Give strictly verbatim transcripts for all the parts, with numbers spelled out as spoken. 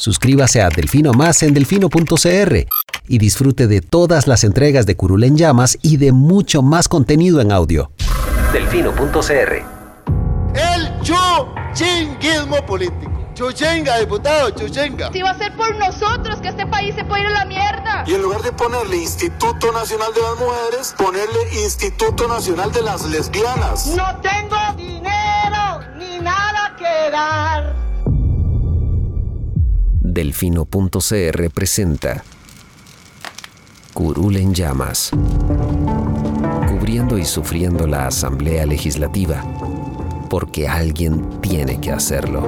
Suscríbase a Delfino Más en delfino punto c r y disfrute de todas las entregas de Curul en Llamas y de mucho más contenido en audio. delfino punto c r. El chuchinguismo político. Chuchenga, diputado, chuchenga. Si va a ser por nosotros que este país se puede ir a la mierda. Y en lugar de ponerle Instituto Nacional de las Mujeres, ponerle Instituto Nacional de las Lesbianas. No tengo dinero ni nada que dar. delfino punto c r presenta Curul en Llamas, cubriendo y sufriendo la Asamblea Legislativa, porque alguien tiene que hacerlo.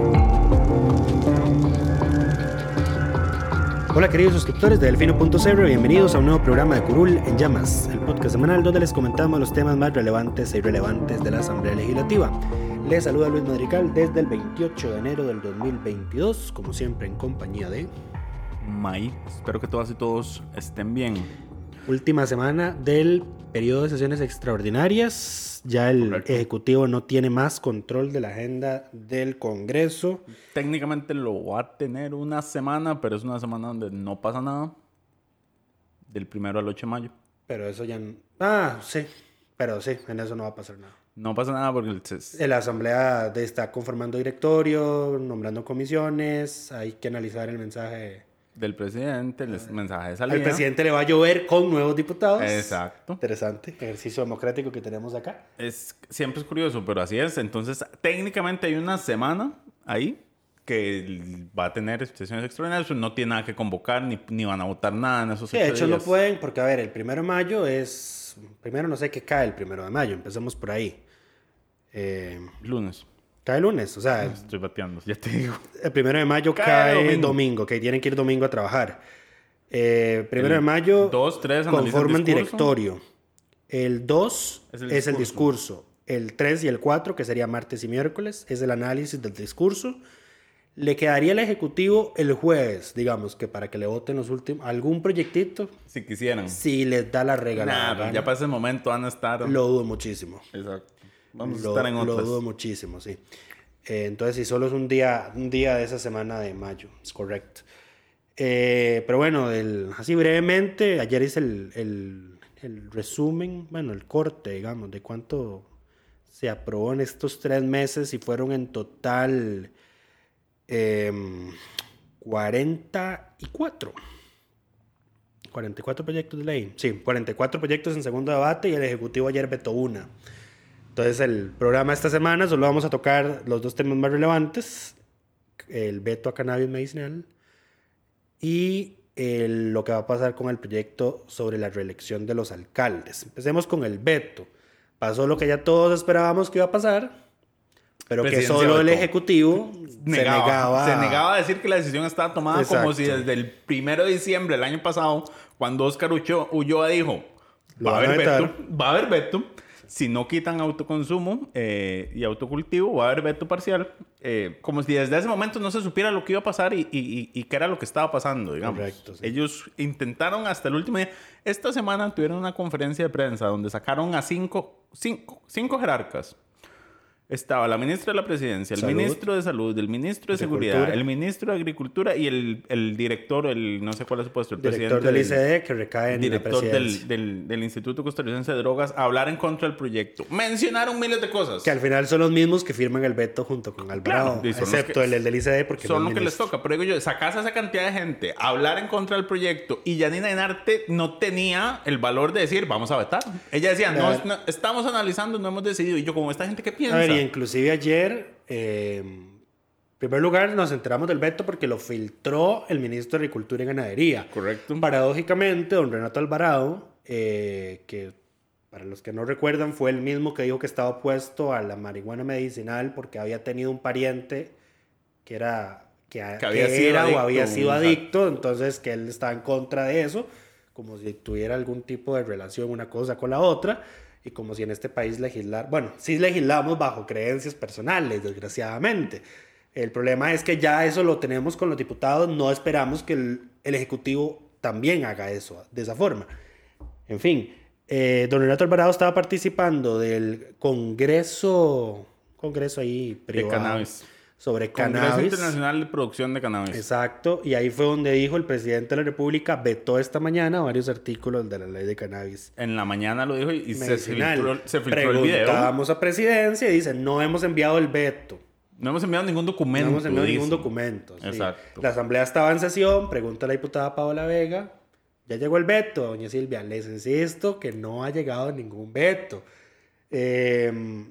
Hola queridos suscriptores de delfino punto c r, bienvenidos a un nuevo programa de Curul en Llamas, el podcast semanal donde les comentamos los temas más relevantes e irrelevantes de la Asamblea Legislativa. Les saluda Luis Madrigal desde el veintiocho de enero del dos mil veintidós, como siempre en compañía de May. Espero que todas y todos estén bien. Última semana del periodo de sesiones extraordinarias. Ya el Correcto. Ejecutivo no tiene más control de la agenda del Congreso. Técnicamente lo va a tener una semana, pero es una semana donde no pasa nada. Del primero al ocho de mayo. Pero eso ya... n- Ah, sí. Pero sí, en eso no va a pasar nada. No pasa nada porque... el- La Asamblea de- está conformando directorio, nombrando comisiones. Hay que analizar el mensaje. del presidente, el mensaje de salida. Al presidente le va a llover con nuevos diputados. Exacto. Interesante. Ejercicio democrático que tenemos acá. Es, siempre es curioso, pero así es. Entonces, técnicamente hay una semana ahí que va a tener sesiones extraordinarias. No tiene nada que convocar, ni, ni van a votar nada en esos Sí, de ocho hecho no días. pueden, porque a ver, el primero de mayo es... Primero no sé qué cae el primero de mayo, empecemos por ahí. Eh, Lunes. cae lunes, o sea, Estoy bateando, ya te digo. el primero de mayo Cae cae, domingo. domingo, que tienen que ir domingo a trabajar. Eh, primero El de mayo dos, tres, analizan conforman discurso. directorio. El dos Es es el el, discurso. discurso. El tres y el cuatro, que sería martes y miércoles, es el análisis del discurso. Le quedaría al Ejecutivo el jueves, digamos, que para que le voten los últimos, algún proyectito, Si quisieran. si les da la regalada. Nah, gana. ya para ese momento van a estar... Lo dudo muchísimo. Exacto. Vamos Lo, a estar en lo otras. dudo muchísimo, sí. Eh, entonces, si solo es un día, un día de esa semana de mayo, es correcto. Eh, pero bueno, el- así brevemente, ayer hice el, el, el resumen, bueno, el corte, digamos, de cuánto se aprobó en estos tres meses y fueron en total em, cuarenta y cuatro. cuarenta y cuatro proyectos de ley. Sí, cuarenta y cuatro proyectos en segundo debate y el Ejecutivo ayer vetó una. Entonces, el programa esta semana solo vamos a tocar los dos temas más relevantes: el veto a cannabis medicinal y el- lo que va a pasar con el proyecto sobre la reelección de los alcaldes. Empecemos con el veto. Pasó lo que ya todos esperábamos que iba a pasar, pero que Presidencia solo el vetó. Ejecutivo Negaba, se negaba. se negaba a decir que la decisión estaba tomada Exacto. como si desde el primero de diciembre del año pasado, cuando Óscar Ucho- Ulloa dijo, Lo va a van a haber vetar. veto, va a haber veto, si no quitan autoconsumo eh, y autocultivo, va a haber veto parcial, eh, como si desde ese momento no se supiera lo que iba a pasar y, y, y, y qué era lo que estaba pasando, digamos. Correcto, sí. Ellos intentaron hasta el último día. Esta semana tuvieron una conferencia de prensa donde sacaron a cinco, cinco, cinco jerarcas. Estaba la ministra de la Presidencia, el Salud. ministro de Salud, el ministro de Seguridad, Agricultura. el ministro de Agricultura y el, el director, el no sé cuál es su puesto, el Director presidente del I C D que recae en la director presidencia. del, del, del Instituto Costarricense de Drogas, a hablar en contra del proyecto. Mencionaron miles de cosas. Que al final son los mismos que firman el veto junto con Alvarado, Claro, y son los excepto que- el, el del I C D porque Son no lo es que les ministro. toca. Pero digo yo, sacas a esa cantidad de gente a hablar en contra del proyecto y Yanina Enarte no tenía el valor de decir, vamos a vetar. Ella decía, no, A ver. no, estamos analizando, no hemos decidido. Y yo, como esta gente, ¿qué piensa? A ver, y inclusive ayer, eh, en primer lugar, nos enteramos del veto porque lo filtró el ministro de Agricultura y Ganadería. Correcto. Paradójicamente, don Renato Alvarado, eh, que para los que no recuerdan, fue el mismo que dijo que estaba opuesto a la marihuana medicinal porque había tenido un pariente que era que, Que había que sido era adicto, o había sido exacto. adicto, entonces que él estaba en contra de eso, como si tuviera algún tipo de relación una cosa con la otra, y como si en este país legislar, bueno, sí legislamos bajo creencias personales, desgraciadamente. El problema es que ya eso lo tenemos con los diputados, no esperamos que el, el Ejecutivo también haga eso de esa forma. En fin, eh, don Renato Alvarado estaba participando del congreso, congreso ahí privado, cannabis. sobre Congreso cannabis. Internacional de Producción de Cannabis. Exacto, y ahí fue donde dijo el presidente de la República, vetó esta mañana varios artículos de la ley de cannabis En la mañana lo dijo y, y se medicinal. filtró, se filtró el video. Preguntábamos a presidencia y dice, no hemos enviado el veto. No hemos enviado ningún documento. No hemos enviado dice. ningún documento. Sí. Exacto. La asamblea estaba en sesión, pregunta a la diputada Paola Vega, ya llegó el veto, doña Silvia, les insisto que no ha llegado ningún veto. Eh,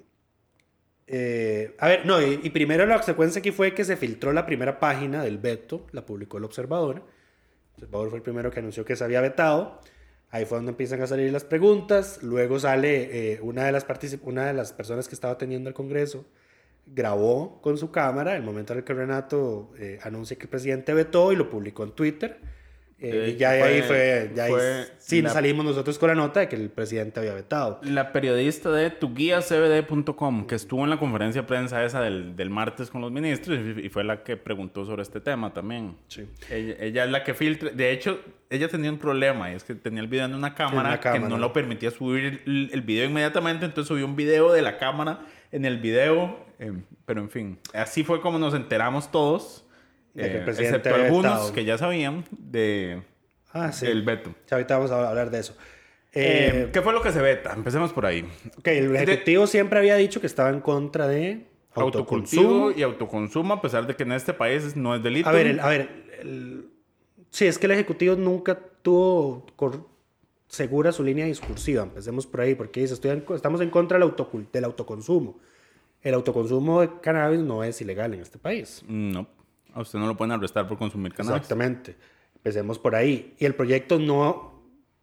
eh, a ver, no, y, y primero la consecuencia aquí fue que se filtró la primera página del veto, la publicó el Observador. El Observador fue el primero que anunció que se había vetado. Ahí fue donde empiezan a salir las preguntas. Luego sale eh, una, de las particip- una de las personas que estaba atendiendo el Congreso, grabó con su cámara el momento en el que Renato eh, anuncia que el presidente vetó y lo publicó en Twitter. Eh, Eh, y ya de fue- ahí fue, ya ahí fue sí la- salimos nosotros con la nota de que el presidente había vetado. La periodista de tu guía c b d punto com, que estuvo en la conferencia de prensa esa del, del martes con los ministros y, y fue la que preguntó sobre este tema también. Sí. Ella, ella es la que filtra. De hecho, ella tenía un problema y es que tenía el video en una cámara, una cámara. que no lo permitía subir el, el video inmediatamente, entonces subió un video de la cámara en el video. Eh, pero en fin, así fue como nos enteramos todos, De que el eh, presidente excepto había algunos vetado. que ya sabían de, Ah, sí. del veto. Ya ahorita vamos a hablar de eso. Eh, Eh, ¿Qué fue lo que se veta? Empecemos por ahí. ok, el Ejecutivo siempre había dicho que estaba en contra de Autocultivo autoconsumo. y autoconsumo, a pesar de que en este país no es delito. A ver, el- a ver, el- sí, es que el Ejecutivo nunca tuvo cor- segura su línea discursiva. Empecemos por ahí, porque dice, estoy en- estamos en contra del, autocul- del autoconsumo. El autoconsumo de cannabis no es ilegal en este país. No, a usted no lo pueden arrestar por consumir cannabis. Exactamente. Empecemos por ahí. Y el proyecto no...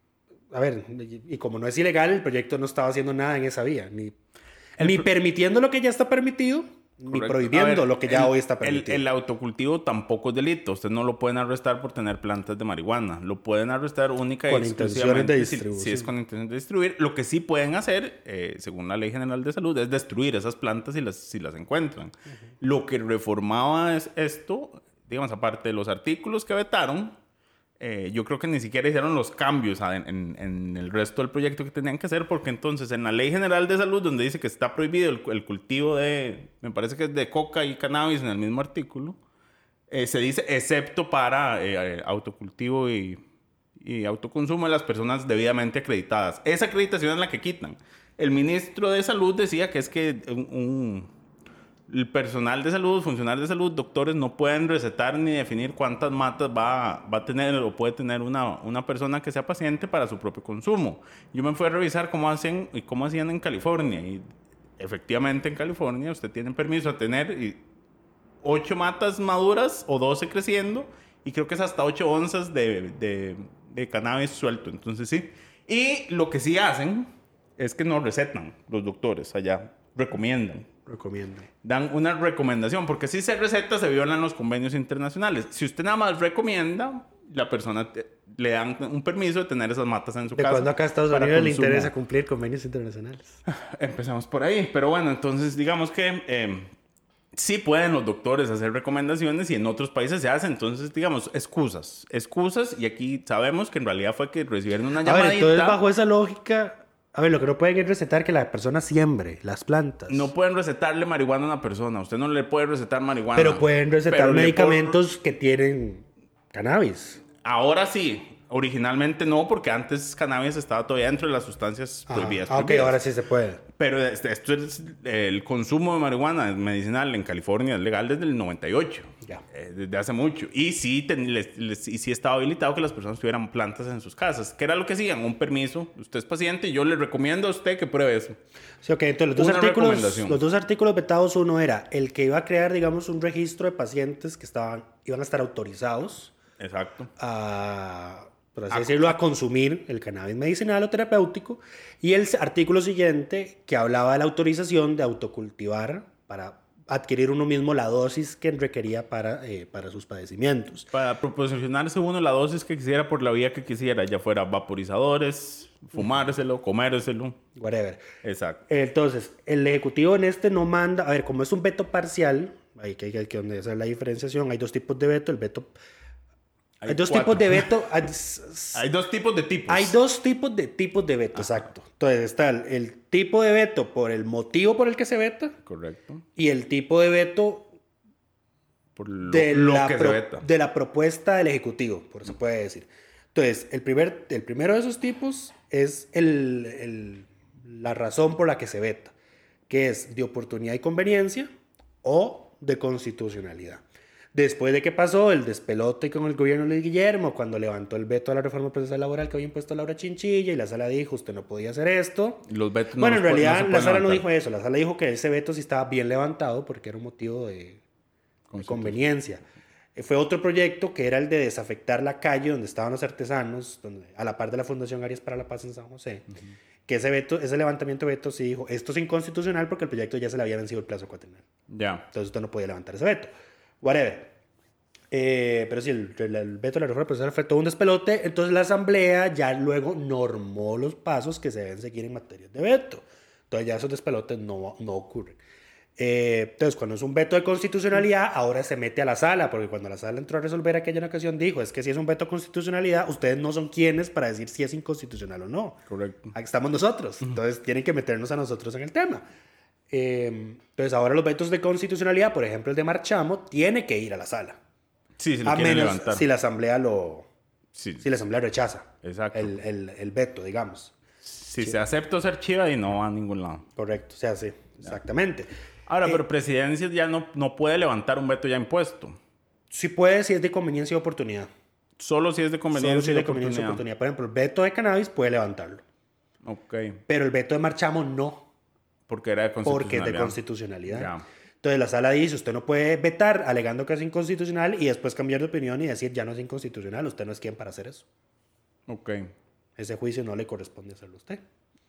A ver, y y como no es ilegal, el proyecto no estaba haciendo nada en esa vía. Ni, ni pro- permitiendo lo que ya está permitido, ni Correcto. prohibiendo A ver, lo que ya el- hoy está el- permitido. El, autocultivo tampoco es delito. Usted no lo pueden arrestar por tener plantas de marihuana. Lo pueden arrestar única y Con intenciones de exclusivamente si- distribución. Si, es con intención de distribuir. Lo que sí pueden hacer, eh, según la Ley General de Salud, es destruir esas plantas si las, si las encuentran. Uh-huh. Lo que reformaba es esto, digamos, aparte de los artículos que vetaron, Eh, yo creo que ni siquiera hicieron los cambios en, en, en el resto del proyecto que tenían que hacer, porque entonces en la Ley General de Salud, donde dice que está prohibido el, el cultivo de, me parece que es de coca y cannabis en el mismo artículo, eh, se dice excepto para eh, autocultivo y, y autoconsumo de las personas debidamente acreditadas. Esa acreditación es la que quitan. El ministro de Salud decía que es que un... un el personal de salud, funcionarios de salud, doctores no pueden recetar ni definir cuántas matas va, va a tener o puede tener una, una persona que sea paciente para su propio consumo. Yo me fui a revisar cómo hacen y cómo hacían en California y efectivamente en California usted tiene permiso a tener ocho matas maduras o doce creciendo y creo que es hasta ocho onzas de, de, de cannabis suelto. Entonces sí. Y lo que sí hacen es que no recetan los doctores allá, recomiendan. Recomiendo. Dan una recomendación, porque si se receta se violan los convenios internacionales. Si usted nada más recomienda, la persona te, le dan un permiso de tener esas matas en su ¿De casa. cuándo acá a Estados para Unidos le consumo. interesa cumplir convenios internacionales? Empezamos por ahí, pero bueno, entonces digamos que eh, sí pueden los doctores hacer recomendaciones y en otros países se hace, entonces digamos, excusas, excusas, y aquí sabemos que en realidad fue que recibieron una A llamadita. ver, entonces bajo esa lógica... A ver, lo que no pueden es recetar que la persona siembre las plantas. No pueden recetarle marihuana a una persona. Usted no le puede recetar marihuana. Pero pueden recetar Pero le medicamentos que tienen cannabis. Ahora sí. Originalmente no, porque antes cannabis estaba todavía dentro de las sustancias Ah, prohibidas. ah, ok, prohibidas. ahora sí se puede. Pero este, esto es el consumo de marihuana medicinal en California es legal desde el noventa y ocho. Ya. Eh, desde hace mucho. Y sí, ten, les, les, y sí estaba habilitado que las personas tuvieran plantas en sus casas. ¿Qué era lo que hacían? Un permiso. Usted es paciente y yo le recomiendo a usted que pruebe eso. Sí, ok, entonces los dos, Una artículos, recomendación. los dos artículos vetados, uno era el que iba a crear, digamos, un registro de pacientes que estaban, iban a estar autorizados Exacto. a, por así A- decirlo, a consumir el cannabis medicinal o terapéutico. Y el artículo siguiente que hablaba de la autorización de autocultivar para adquirir uno mismo la dosis que requería para, eh, para sus padecimientos. Para proporcionarse uno la dosis que quisiera por la vía que quisiera, ya fuera vaporizadores, fumárselo, comérselo. Whatever. Exacto. Entonces, el Ejecutivo en este no manda... A ver, como es un veto parcial, hay que, hay que donde hacer la diferenciación, hay dos tipos de veto. El veto... Hay, Hay dos cuatro. tipos de veto. Hay, Hay dos tipos de tipos. hay dos tipos de tipos de veto, exacto. Entonces está el, el tipo de veto por el motivo por el que se veta Correcto. y el tipo de veto por lo, de, lo la que pro- se veta. de la propuesta del Ejecutivo, por se puede decir. Entonces, el, primer, el primero de esos tipos es el, el, la razón por la que se veta, que es de oportunidad y conveniencia o de constitucionalidad. Después de que pasó el despelote con el gobierno de Luis Guillermo, cuando levantó el veto a la reforma procesal laboral que había impuesto Laura Chinchilla y la sala dijo, usted no podía hacer esto. Los vetos no Bueno, en los pu- realidad no se la pueden sala no levantar. dijo eso, la sala dijo que ese veto sí estaba bien levantado porque era un motivo de, de conveniencia. Eh, Fue otro proyecto que era el de desafectar la calle donde estaban los artesanos, donde, a la par de la Fundación Arias para la Paz en San José. Uh-huh. Que ese, veto, ese levantamiento de veto sí dijo, esto es inconstitucional porque el proyecto ya se le había vencido el plazo cuatrenal. Ya. Entonces usted no podía levantar ese veto. Whatever. Eh, pero sí, el, el, el veto de la reforma procesal fue todo un despelote. Entonces la Asamblea ya luego normó los pasos que se deben seguir en materia de veto. Entonces ya esos despelotes no, no ocurren. Eh, entonces cuando es un veto de constitucionalidad, ahora se mete a la sala, porque cuando la sala entró a resolver aquella ocasión dijo, es que si es un veto de constitucionalidad, ustedes no son quienes para decir si es inconstitucional o no. Correcto. Aquí estamos nosotros. Entonces tienen que meternos a nosotros en el tema. Eh, entonces ahora los vetos de constitucionalidad, por ejemplo el de Marchamo, tiene que ir a la sala. Sí, si lo A quieren menos levantar. si la asamblea lo Sí. si la asamblea rechaza Exacto. el, el, el veto, digamos. Si se acepta o se archiva y no va a ningún lado. Correcto, o sea, sí, exactamente. Ahora, Eh, pero presidencia ya no, no puede levantar un veto ya impuesto. Sí puede si es de conveniencia y oportunidad. Solo si es de conveniencia Solo si y es de conveniencia y oportunidad. oportunidad. Por ejemplo, el veto de cannabis puede levantarlo. Ok. Pero el veto de Marchamo no, Porque era de constitucionalidad. porque es de constitucionalidad. Ya. Entonces la sala dice, usted no puede vetar alegando que es inconstitucional y después cambiar de opinión y decir, ya no es inconstitucional, usted no es quien para hacer eso. Ok. Ese juicio no le corresponde hacerlo a usted.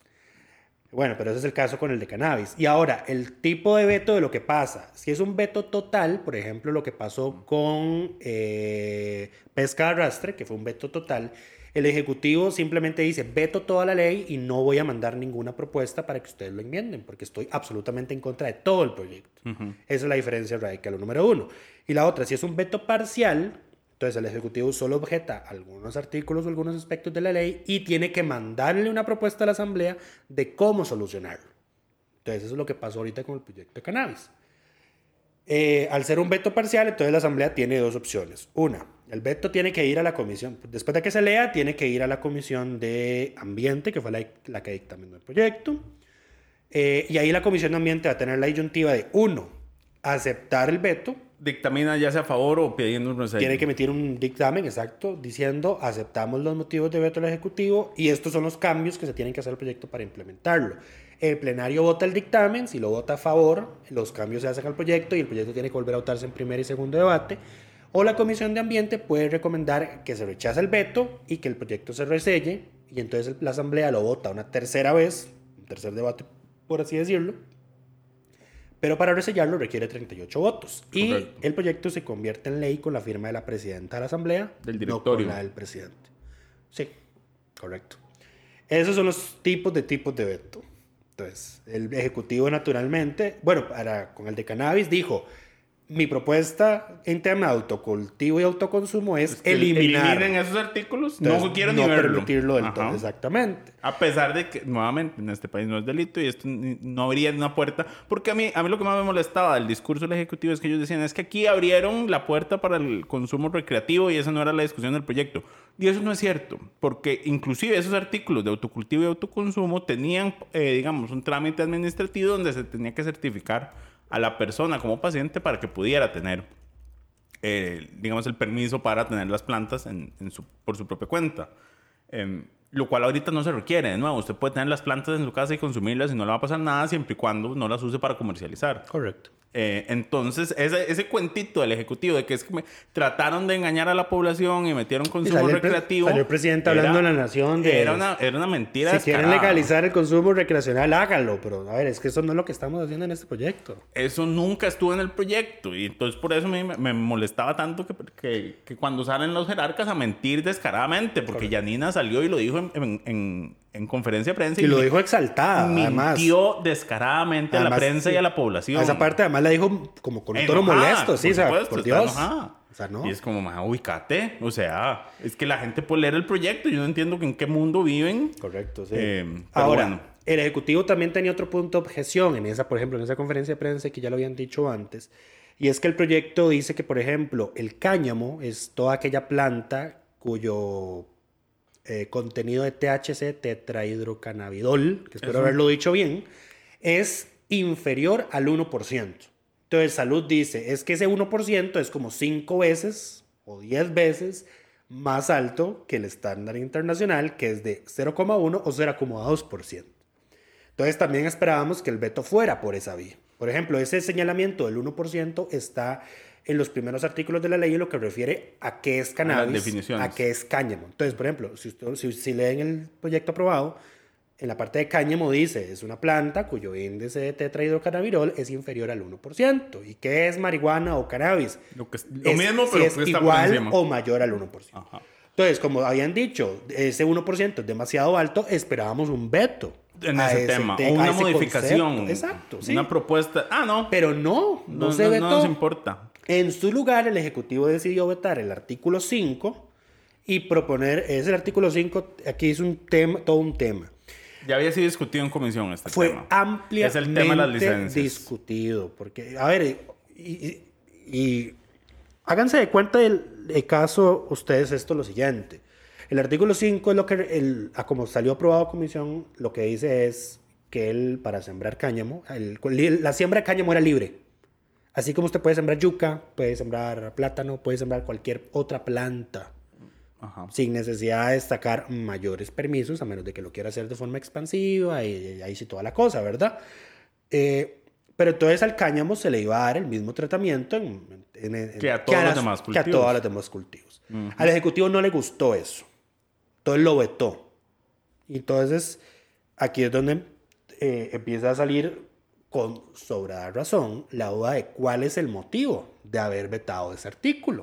Bueno, pero ese es el caso con el de cannabis. Y ahora, el tipo de veto de lo que pasa. Si es un veto total, por ejemplo, lo que pasó con eh, pesca de arrastre, que fue un veto total, el Ejecutivo simplemente dice, veto toda la ley y no voy a mandar ninguna propuesta para que ustedes lo enmienden, porque estoy absolutamente en contra de todo el proyecto. Uh-huh. Esa es la diferencia radical número uno. Y la otra, si es un veto parcial, entonces el Ejecutivo solo objeta algunos artículos o algunos aspectos de la ley y tiene que mandarle una propuesta a la Asamblea de cómo solucionarlo. Entonces eso es lo que pasó ahorita con el proyecto de cannabis. Eh, al ser un veto parcial, entonces la Asamblea tiene dos opciones. Una, el veto tiene que ir a la comisión. Después de que se lea, tiene que ir a la comisión de ambiente, que fue la, la que dictaminó el proyecto. Eh, y ahí la comisión de ambiente va a tener la disyuntiva de, uno, aceptar el veto. Dictamina ya sea a favor o pidiendo un resello. Tiene que emitir un dictamen, exacto, diciendo aceptamos los motivos de veto del Ejecutivo y estos son los cambios que se tienen que hacer al proyecto para implementarlo. El plenario vota el dictamen, si lo vota a favor, los cambios se hacen al proyecto y el proyecto tiene que volver a votarse en primer y segundo debate. O la Comisión de Ambiente puede recomendar que se rechace el veto y que el proyecto se reselle y entonces la Asamblea lo vota una tercera vez, un tercer debate por así decirlo. Pero para resellarlo requiere treinta y ocho votos. Correcto. Y el proyecto se convierte en ley con la firma de la presidenta de la Asamblea. Del directorio. No con la del presidente. Sí, correcto. Esos son los tipos de tipos de veto. Entonces, el Ejecutivo naturalmente, bueno, para, con el de cannabis dijo, mi propuesta en tema de autocultivo y autoconsumo es, es eliminar. Eliminen esos artículos. Entonces, no quiero no ni verlo. permitirlo del Ajá. todo, exactamente. A pesar de que, nuevamente, en este país no es delito y esto no abría una puerta. Porque a mí, a mí lo que más me molestaba del discurso del Ejecutivo es que ellos decían, es que aquí abrieron la puerta para el consumo recreativo y esa no era la discusión del proyecto. Y eso no es cierto, porque inclusive esos artículos de autocultivo y autoconsumo tenían, eh, digamos, un trámite administrativo donde se tenía que certificar a la persona como paciente para que pudiera tener, eh, digamos, el permiso para tener las plantas en, en su, por su propia cuenta. Eh, lo cual ahorita no se requiere. De nuevo, usted puede tener las plantas en su casa y consumirlas y no le va a pasar nada siempre y cuando no las use para comercializar. Correcto. Eh, entonces, ese, ese cuentito del Ejecutivo de que es que me trataron de engañar a la población y metieron consumo salió recreativo. El, salió el presidente era, hablando en La Nación de... Era una, era una mentira Si descarada. quieren legalizar el consumo recreacional, háganlo. Pero, a ver, es que eso no es lo que estamos haciendo en este proyecto. Eso nunca estuvo en el proyecto. Y entonces por eso me, me molestaba tanto que, que, que cuando salen los jerarcas a mentir descaradamente. Porque Correcto. Yanina salió y lo dijo en, en, en, en conferencia de prensa. Y, y lo me, dijo exaltada, además. Mintió descaradamente además, a la prensa sí. y a la población. Esa parte además la dijo como con un tono enojada, molesto, sí, por, ¿sabes? supuesto, Por Dios. O sea, ¿no? Y es como, ma, ubícate. O sea, es que la gente puede leer el proyecto. Yo no entiendo en qué mundo viven. Correcto, sí. Eh, Ahora, bueno. el Ejecutivo también tenía otro punto de objeción en esa, por ejemplo, en esa conferencia de prensa que ya lo habían dicho antes. Y es que el proyecto dice que, por ejemplo, el cáñamo es toda aquella planta cuyo eh, contenido de T H C, tetrahidrocannabidol, que espero Eso. haberlo dicho bien, es inferior al uno por ciento. Entonces, Salud dice, es que ese uno por ciento es como cinco veces o diez veces más alto que el estándar internacional, que es de cero coma uno o cero coma dos por ciento. Entonces, también esperábamos que el veto fuera por esa vía. Por ejemplo, ese señalamiento del uno por ciento está en los primeros artículos de la ley en lo que refiere a qué es cannabis, las definiciones. a qué es cáñamo. Entonces, por ejemplo, si, usted, si, si leen el proyecto aprobado, en la parte de cáñamo dice, es una planta cuyo índice de tetrahidrocannabinol es inferior al uno por ciento. ¿Y qué es marihuana o cannabis? Lo, que, lo es, mismo, si pero es que está por igual encima. o mayor al uno por ciento. Ajá. Entonces, como habían dicho, ese uno por ciento es demasiado alto, esperábamos un veto. En a ese ese tema, te- o a una ese modificación. concepto. Exacto, sí. Una propuesta. Ah, no. Pero no, no, no, se no, vetó. no nos importa. En su lugar, el Ejecutivo decidió vetar el artículo cinco y proponer, es el artículo cinco, aquí es un tema, todo un tema. Ya había sido discutido en comisión este Fue tema. ampliamente Es el tema de las licencias. discutido. Porque, a ver, y, y- y háganse de cuenta del, del caso ustedes esto lo siguiente. El artículo cinco es lo que, el, a como salió aprobado en comisión, lo que dice es que él, para sembrar cáñamo, el- la siembra de cáñamo era libre. Así como usted puede sembrar yuca, puede sembrar plátano, puede sembrar cualquier otra planta. Ajá. Sin necesidad de destacar mayores permisos, a menos de que lo quiera hacer de forma expansiva, y, y ahí sí toda la cosa, ¿verdad? Eh, pero entonces al cáñamo se le iba a dar el mismo tratamiento en, en- en- Que a todos los demás que a cultivos. todos los demás cultivos. Al Ejecutivo no le gustó eso. Entonces lo vetó. Y entonces aquí es donde eh, empieza a salir con sobrada razón la duda de cuál es el motivo de haber vetado ese artículo.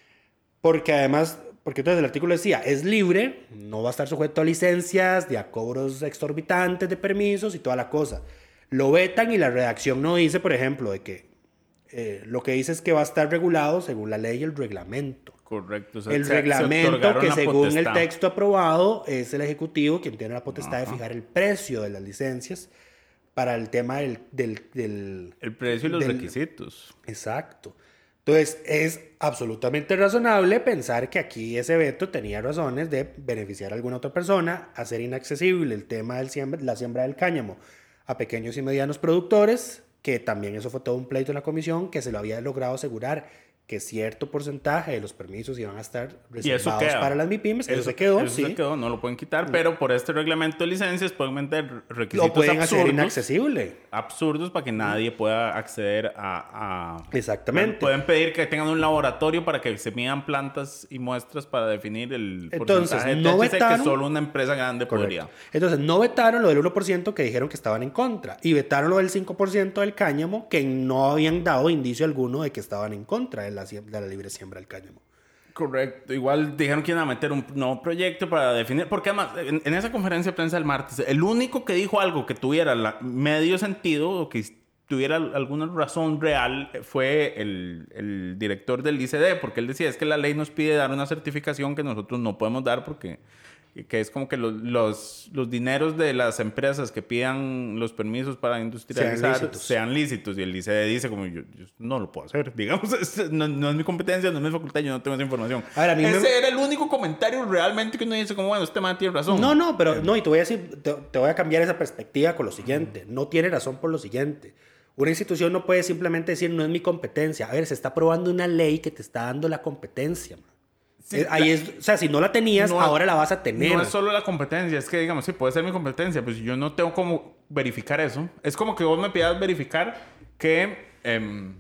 Porque además, porque entonces el artículo decía, es libre, no va a estar sujeto a licencias, ni a cobros exorbitantes de permisos y toda la cosa. Lo vetan y la redacción no dice, por ejemplo, de que eh, lo que dice es que va a estar regulado según la ley y el reglamento. Correcto. O sea, El se- se reglamento otorgaron que la según el potestad. texto aprobado es el Ejecutivo quien tiene la potestad Ajá. de fijar el precio de las licencias para el tema del... del, del El precio y los del- requisitos. Exacto. Entonces, es absolutamente razonable pensar que aquí ese veto tenía razones de beneficiar a alguna otra persona, hacer inaccesible el tema de la siembra del cáñamo a pequeños y medianos productores, que también eso fue todo un pleito en la comisión, que se lo había logrado asegurar que cierto porcentaje de los permisos iban a estar Y eso reservados queda. para las MIPYMES. Eso, se quedó, eso sí. se quedó, no lo pueden quitar, pero por este reglamento de licencias pueden meter requisitos Lo pueden hacer absurdos, inaccesible. absurdos para que nadie pueda acceder a... a- Exactamente. Pueden pedir que tengan un laboratorio para que se midan plantas y muestras para definir el Entonces, porcentaje de no T H C vetaron- que solo una empresa grande podría. Correcto. Entonces, no vetaron lo del uno por ciento que dijeron que estaban en contra. Y vetaron lo del cinco por ciento del cáñamo que no habían dado indicio alguno de que estaban en contra de la, siem- de la libre siembra del cáñamo. Correcto. Igual dijeron que iban a meter un nuevo proyecto para definir. Porque además, en, en esa conferencia de prensa del martes, el único que dijo algo que tuviera la- medio sentido o que tuviera alguna razón real fue el, el director del I C D, porque él decía, es que la ley nos pide dar una certificación que nosotros no podemos dar porque que es como que los, los, los dineros de las empresas que pidan los permisos para industrializar Sean sean lícitos. lícitos. Y el I C D dice como, yo, yo no lo puedo hacer, digamos, es- no, no es mi competencia, no es mi facultad, yo no tengo esa información. A ver, a mí Ese me- era el único comentario realmente que uno dice como, bueno, este man tiene razón. No, no, pero no, y te voy a decir, te, te voy a cambiar esa perspectiva con lo siguiente. No tiene razón por lo siguiente. Una institución no puede simplemente decir, no es mi competencia. A ver, se está aprobando una ley que te está dando la competencia, man. Sí, Eh, ahí la- es, o sea, si no la tenías, No, ahora la vas a tener. No es solo la competencia, es que digamos, sí, puede ser mi competencia, pues yo no tengo cómo verificar eso. Es como que vos me pidas verificar que em,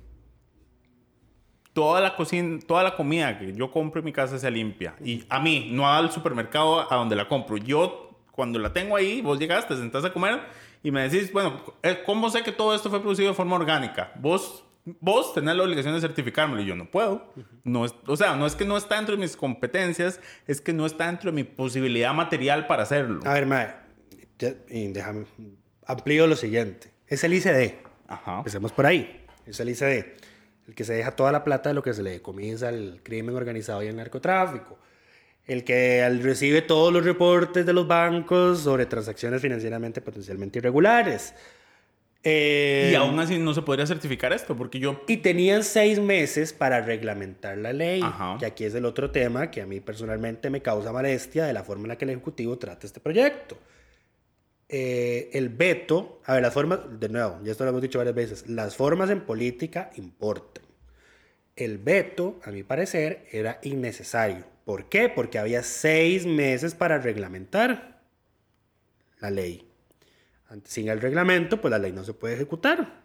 toda la cocina, toda la comida que yo compro en mi casa sea limpia. Y a mí, no al supermercado a donde la compro. Yo, cuando la tengo ahí, vos llegas, te sentás a comer y me decís, bueno, eh, ¿cómo sé que todo esto fue producido de forma orgánica? Vos... Vos tenés la obligación de certificármelo y yo no puedo. No es, o sea, no es que no está dentro de mis competencias, es que no está dentro de mi posibilidad material para hacerlo. A ver, mae, ya- y déjame, amplío lo siguiente. Es el I C D. Ajá. Empecemos por ahí. Es el I C D. El que se deja toda la plata de lo que se le decomienza al crimen organizado y al narcotráfico. El que al- recibe todos los reportes de los bancos sobre transacciones financieramente potencialmente irregulares. Eh, y aún así no se podría certificar esto, porque yo... Y tenían seis meses para reglamentar la ley. Ajá. Que aquí es el otro tema que a mí personalmente me causa molestia de la forma en la que el Ejecutivo trata este proyecto. Eh, el veto, a ver, las formas, de nuevo, ya esto lo hemos dicho varias veces, las formas en política importan. El veto, a mi parecer, era innecesario. ¿Por qué? Porque había seis meses para reglamentar la ley. Sin el reglamento, pues la ley no se puede ejecutar.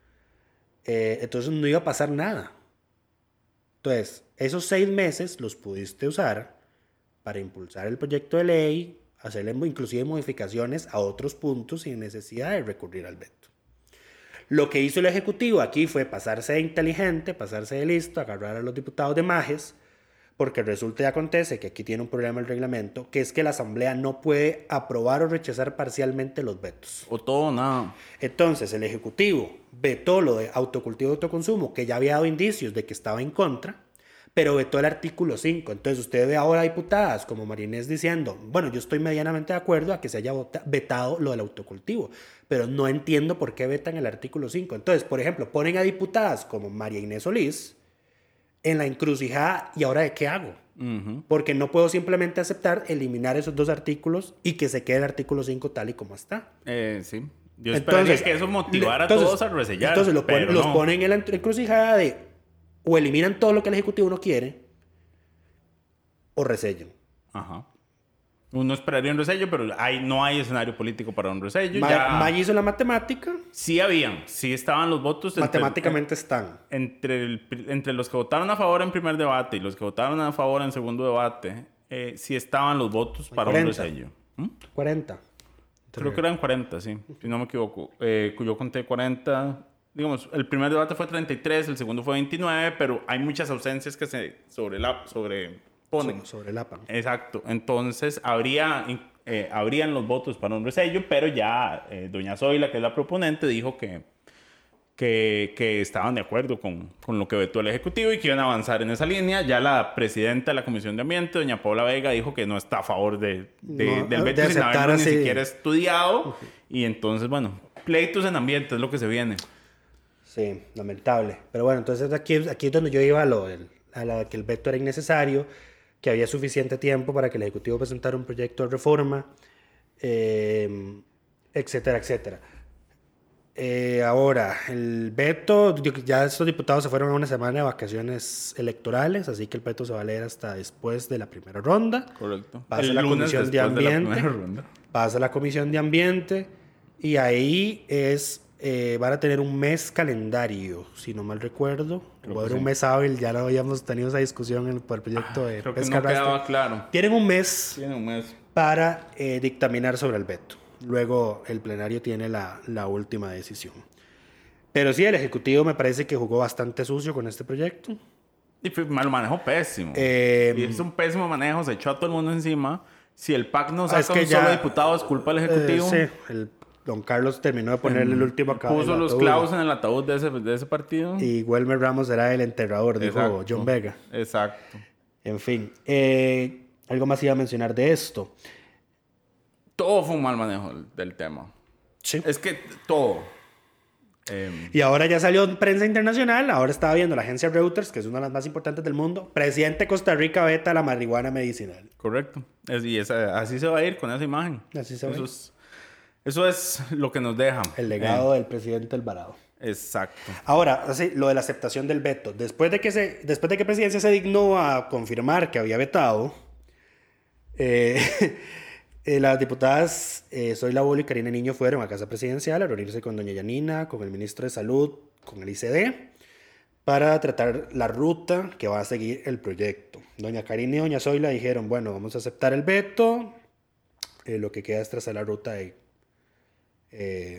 Eh, entonces no iba a pasar nada. Entonces, esos seis meses los pudiste usar para impulsar el proyecto de ley, hacerle inclusive modificaciones a otros puntos sin necesidad de recurrir al veto. Lo que hizo el Ejecutivo aquí fue pasarse de inteligente, pasarse de listo, agarrar a los diputados de majes, porque resulta y acontece que aquí tiene un problema el reglamento, que es que la Asamblea no puede aprobar o rechazar parcialmente los vetos. O todo o nada. Entonces, el Ejecutivo vetó lo de autocultivo y autoconsumo, que ya había dado indicios de que estaba en contra, pero vetó el artículo cinco. Entonces, usted ve ahora diputadas como María Inés diciendo, bueno, yo estoy medianamente de acuerdo a que se haya vetado lo del autocultivo, pero no entiendo por qué vetan el artículo cinco. Entonces, por ejemplo, ponen a diputadas como María Inés Solís en la encrucijada, ¿y ahora de qué hago? Uh-huh. Porque no puedo simplemente aceptar eliminar esos dos artículos y que se quede el artículo cinco tal y como está. Eh, sí. Yo esperaría entonces, que eso motivara entonces, a todos a resellar. Entonces lo pon, pero los no. ponen en la encrucijada de o eliminan todo lo que el Ejecutivo no quiere o resellan. Ajá. Uno esperaría un resello, pero hay, no hay escenario político para un resello. Ma- ya... May hizo la matemática. Sí habían, sí estaban los votos. Matemáticamente entre, están. Entre, el, entre los que votaron a favor en primer debate y los que votaron a favor en segundo debate, eh, sí estaban los votos para cuarenta. Un resello. ¿Mm? cuarenta. Creo que eran cuarenta, sí, si no me equivoco. Eh, yo conté cuarenta. Digamos, el primer debate fue treinta y tres, el segundo fue veintinueve, pero hay muchas ausencias que se sobrela- sobreponen. So, sobrelapan. Exacto. Entonces, habría, eh, habrían los votos para un resello, pero ya eh, doña Zoila, que es la proponente, dijo que, que, que estaban de acuerdo con, con lo que vetó el Ejecutivo y que iban a avanzar en esa línea. Ya la presidenta de la Comisión de Ambiente, doña Paula Vega, dijo que no está a favor de, de, no, del veto de sin haberlo así. ni siquiera estudiado. Uh-huh. Y entonces, bueno, pleitos en ambiente es lo que se viene. Sí, lamentable. Pero bueno, entonces aquí, aquí es donde yo iba a lo del, a la que el veto era innecesario, que había suficiente tiempo para que el Ejecutivo presentara un proyecto de reforma, eh, etcétera, etcétera. Eh, ahora, el veto, ya estos diputados se fueron a una semana de vacaciones electorales, así que el veto se va a leer hasta después de la primera ronda. Correcto. Pasa el la lunes Comisión de después Ambiente. De la primera ronda. Pasa la Comisión de Ambiente y ahí es... Eh, van a tener un mes calendario, si no mal recuerdo. Va a haber sí. un mes hábil, ya lo habíamos tenido esa discusión en, por el proyecto de Creo pesca que no quedaba claro. Tienen un mes, Tienen un mes. para eh, dictaminar sobre el veto. Luego el plenario tiene la, la última decisión. Pero sí, el Ejecutivo me parece que jugó bastante sucio con este proyecto. Y fue, lo manejó pésimo. Eh, y es un pésimo manejo, se echó a todo el mundo encima. Si el P A C no saca es que un ya, solo diputado, es culpa del Ejecutivo. Eh, sí, el Don Carlos terminó de ponerle el último acá. Puso los clavos en el ataúd de ese, de ese partido. Y Welmer Ramos era el enterrador, dijo Exacto. John Vega. Exacto. En fin, eh, algo más iba a mencionar de esto. Todo fue un mal manejo del, del tema. Sí. Es que todo. Eh, y ahora ya salió en prensa internacional. Ahora estaba viendo la agencia Reuters, que es una de las más importantes del mundo. Presidente de Costa Rica veta la marihuana medicinal. Correcto. Es, y esa, así se va a ir con esa imagen. Así se va a ir. Eso es, eso es lo que nos deja. El legado eh. del presidente Alvarado. Exacto. Ahora, así, lo de la aceptación del veto. Después de que, se, después de que Presidencia se dignó a confirmar que había vetado, eh, eh, las diputadas eh, Zoila Bolo y Karina Niño fueron a Casa Presidencial a reunirse con doña Yanina, con el ministro de Salud, con el I C D, para tratar la ruta que va a seguir el proyecto. Doña Karina y doña Zoila dijeron, bueno, vamos a aceptar el veto, eh, lo que queda es trazar la ruta de... Eh,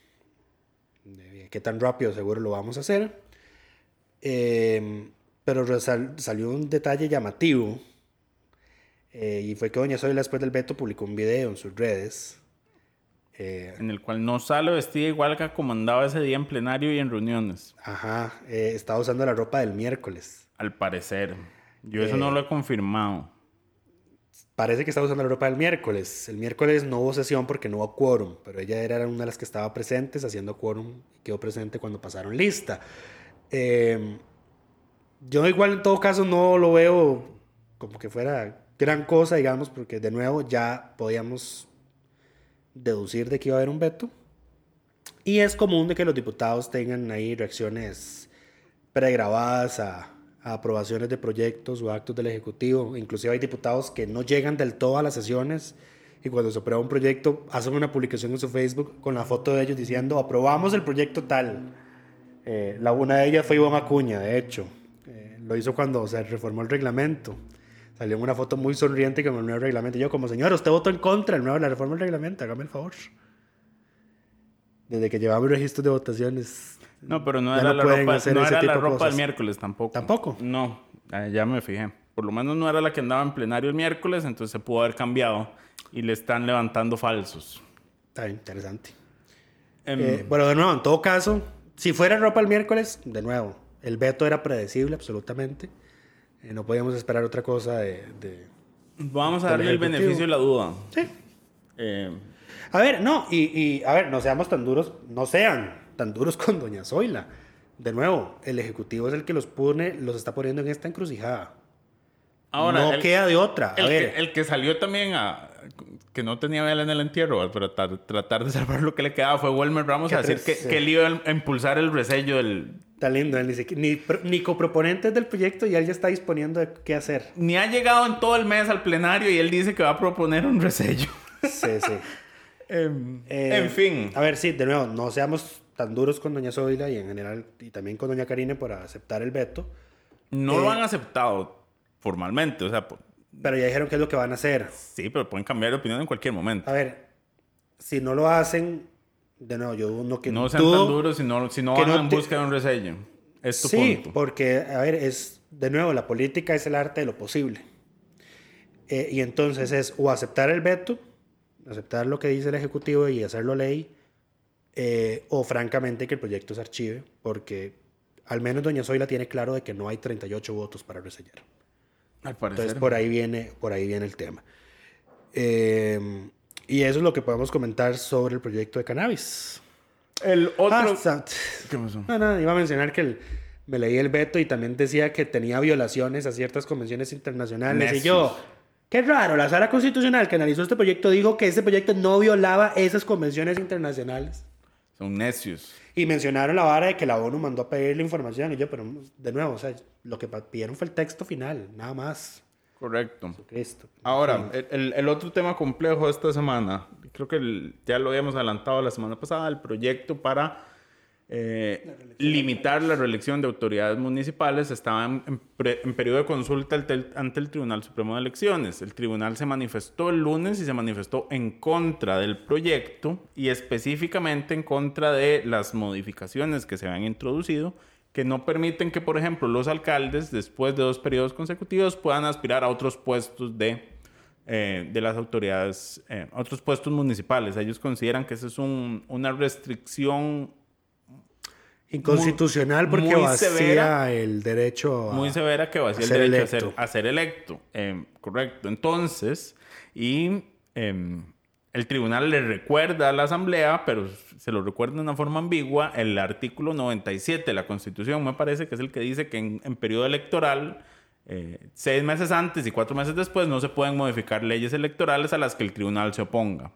de qué tan rápido seguro lo vamos a hacer. Eh, pero sal, salió un detalle llamativo. Eh, y fue que doña Zoila después del veto publicó un video en sus redes. Eh, en el cual no sale vestida igual que como andaba ese día en plenario y en reuniones. Ajá. Eh, estaba usando la ropa del miércoles. Al parecer. Yo eso eh, no lo he confirmado. parece que está usando la ropa del miércoles. El miércoles no hubo sesión porque no hubo quórum, pero ella era una de las que estaba presentes haciendo quórum y quedó presente cuando pasaron lista. Eh, yo igual en todo caso no lo veo como que fuera gran cosa, digamos, porque de nuevo ya podíamos deducir de que iba a haber un veto. Y es común de que los diputados tengan ahí reacciones pregrabadas a, a aprobaciones de proyectos o actos del Ejecutivo. Inclusive hay diputados que no llegan del todo a las sesiones y cuando se aprueba un proyecto hacen una publicación en su Facebook con la foto de ellos diciendo aprobamos el proyecto tal. Eh, la una de ellas fue Iván Acuña, de hecho. Eh, lo hizo cuando se reformó el reglamento. Salió en una foto muy sonriente con el nuevo reglamento. Y yo como, señor, usted votó en contra del nuevo, la reforma del reglamento, hágame el favor. Desde que llevamos registros de votaciones. No, pero no era la ropa, no era la ropa del miércoles tampoco. ¿Tampoco? No, eh, ya me fijé. Por lo menos no era la que andaba en plenario el miércoles, entonces se pudo haber cambiado. Y le están levantando falsos. Está interesante. Um, eh, bueno, de nuevo, en todo caso, si fuera ropa el miércoles, de nuevo, el veto era predecible absolutamente. Eh, no podíamos esperar otra cosa de... de Vamos a darle el beneficio de la duda. Sí. Eh, A ver, no, y, y a ver, no seamos tan duros, no sean tan duros con doña Zoila. De nuevo, el Ejecutivo es el que los pone, los está poniendo en esta encrucijada. Ahora, no el, queda de otra. A el, ver. Que, el que salió también a... que no tenía vela en el entierro, pero tratar, tratar de salvar lo que le quedaba fue Wilmer Ramos a decir que, sí. que él iba a impulsar el resello del... Está lindo, él ni, ni, ni coproponentes del proyecto y él ya está disponiendo de qué hacer. Ni ha llegado en todo el mes al plenario y él dice que va a proponer un resello. Sí, sí. eh, eh, en fin. A ver, sí, de nuevo, no seamos tan duros con doña Zoila y en general, y también con doña Karine por aceptar el veto. No eh, lo han aceptado formalmente, o sea... Pero ya dijeron qué es lo que van a hacer. Sí, pero pueden cambiar de opinión en cualquier momento. A ver, si no lo hacen, de nuevo, yo no que no sean dudo, tan duros si no, si no van no en te... busca de un resello. Es tu sí, punto. porque, a ver, es, de nuevo, la política es el arte de lo posible. Eh, y entonces es o aceptar el veto, aceptar lo que dice el Ejecutivo y hacerlo ley, eh, o francamente que el proyecto se archive, porque al menos doña Zoila tiene claro de que no hay treinta y ocho votos para resellar. Al parecer. Entonces por ahí viene, por ahí viene el tema. Eh, y eso es lo que podemos comentar sobre el proyecto de cannabis. El otro... Ah, ¿Qué pasó? No, no, iba a mencionar que el, me leí el veto y también decía que tenía violaciones a ciertas convenciones internacionales. Necios. Y yo, qué raro, la Sala Constitucional que analizó este proyecto dijo que este proyecto no violaba esas convenciones internacionales. Son necios. Y mencionaron la vara de que la ONU mandó a pedir la información. Y yo, pero de nuevo, o sea, lo que pidieron fue el texto final, nada más. Correcto. Jesucristo. Ahora, sí. el, el otro tema complejo de esta semana, creo que el, ya lo habíamos adelantado la semana pasada, el proyecto para eh, la limitar la reelección de autoridades municipales estaba en, en, pre, en periodo de consulta ante, ante el Tribunal Supremo de Elecciones. El tribunal se manifestó el lunes y se manifestó en contra del proyecto y específicamente en contra de las modificaciones que se habían introducido que no permiten que, por ejemplo, los alcaldes, después de dos periodos consecutivos, puedan aspirar a otros puestos de, eh, de las autoridades, eh, otros puestos municipales. Ellos consideran que esa es un, una restricción inconstitucional muy, porque muy vacía severa, el derecho a, muy severa que vacía el derecho a ser, a ser electo. Eh, correcto. Entonces, y... Eh, el tribunal le recuerda a la Asamblea, pero se lo recuerda de una forma ambigua, el artículo noventa y siete de la Constitución, me parece que es el que dice que en, en periodo electoral, eh, seis meses antes y cuatro meses después, no se pueden modificar leyes electorales a las que el tribunal se oponga.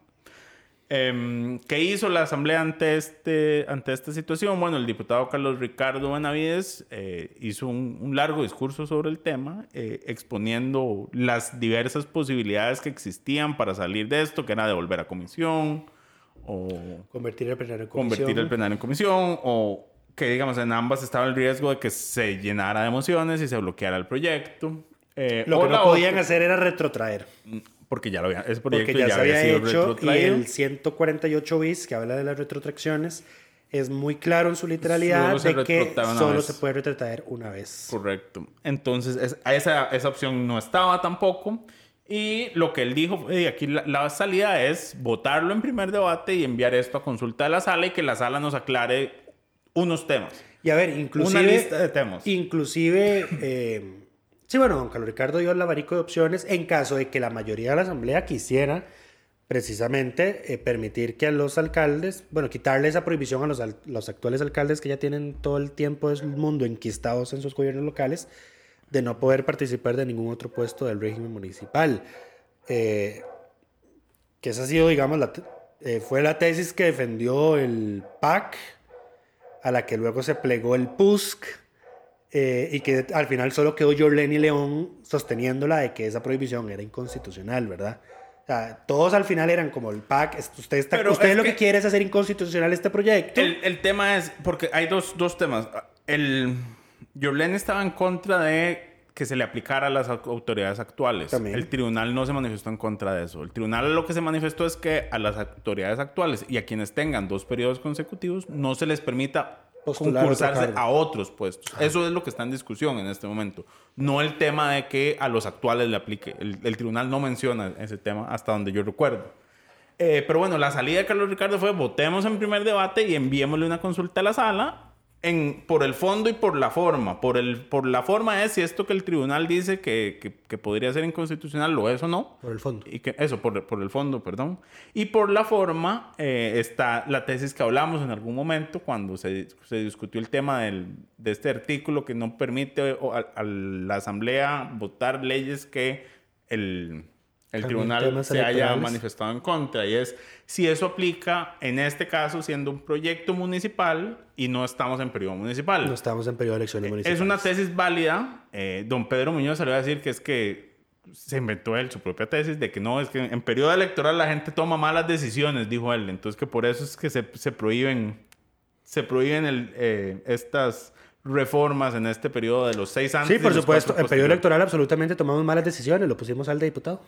Eh, ¿Qué hizo la Asamblea ante, este, ante esta situación? Bueno, el diputado Carlos Ricardo Benavides eh, hizo un, un largo discurso sobre el tema, eh, exponiendo las diversas posibilidades que existían para salir de esto, que era devolver a comisión, o convertir el plenario en comisión, convertir el plenario en comisión, o que, digamos, en ambas estaba el riesgo de que se llenara de emociones y se bloqueara el proyecto. Eh, Lo que no podían otra, hacer era retrotraer. Porque ya lo había, ese proyecto porque ya, ya se había, había hecho y el ciento cuarenta y ocho bis que habla de las retrotracciones es muy claro en su literalidad de que solo vez. se puede retrotraer una vez. Correcto. Entonces es, esa, esa opción no estaba tampoco y lo que él dijo, y aquí la, la salida es votarlo en primer debate y enviar esto a consulta de la sala y que la sala nos aclare unos temas. Y a ver, inclusive una lista de temas. Inclusive eh, Sí, bueno, don Carlos Ricardo dio el abanico de opciones en caso de que la mayoría de la Asamblea quisiera precisamente eh, permitir que a los alcaldes, bueno, quitarle esa prohibición a los, al- los actuales alcaldes que ya tienen todo el tiempo del mundo enquistados en sus gobiernos locales, de no poder participar de ningún otro puesto del régimen municipal. Eh, que esa ha sido, digamos, la, te- eh, fue la tesis que defendió el P A C, a la que luego se plegó el P U S C, eh, y que al final solo quedó Yorleni León sosteniéndola de que esa prohibición era inconstitucional, ¿verdad? O sea, todos al final eran como el P A C, es- usted, está, Pero usted es lo que- que quiere es hacer inconstitucional este proyecto. El, el tema es, porque hay dos, dos temas. El Yorleni estaba en contra de que se le aplicara a las au- autoridades actuales. También. El tribunal no se manifestó en contra de eso. El tribunal lo que se manifestó es que a las autoridades actuales y a quienes tengan dos periodos consecutivos no se les permita Postular concursarse otro cargo. a otros puestos. Eso es lo que está en discusión en este momento. No el tema de que a los actuales le aplique. El, el tribunal no menciona ese tema hasta donde yo recuerdo. Eh, pero bueno, la salida de Carlos Ricardo fue votemos en primer debate y enviémosle una consulta a la sala en, por el fondo y por la forma. Por, el, por la forma es si esto que el tribunal dice que, que, que podría ser inconstitucional lo es o no. Por el fondo. Y que, eso, por, por el fondo, perdón. Y por la forma eh, está la tesis que hablamos en algún momento cuando se, se discutió el tema del, de este artículo que no permite o, a, a la Asamblea votar leyes que el... el También tribunal temas se haya electorales. manifestado en contra, y es si eso aplica en este caso siendo un proyecto municipal y no estamos en periodo municipal. No estamos en periodo de elecciones municipales. Es una tesis válida. Eh, don Pedro Muñoz salió a decir que es que se inventó él su propia tesis de que no, es que en periodo electoral la gente toma malas decisiones, dijo él. Entonces que por eso es que se, se prohíben, se prohíben el, eh, estas reformas en este periodo de los seis antes. Sí, por y los supuesto. cuatro En periodo posteriores. electoral absolutamente tomamos malas decisiones. Lo pusimos al de diputado.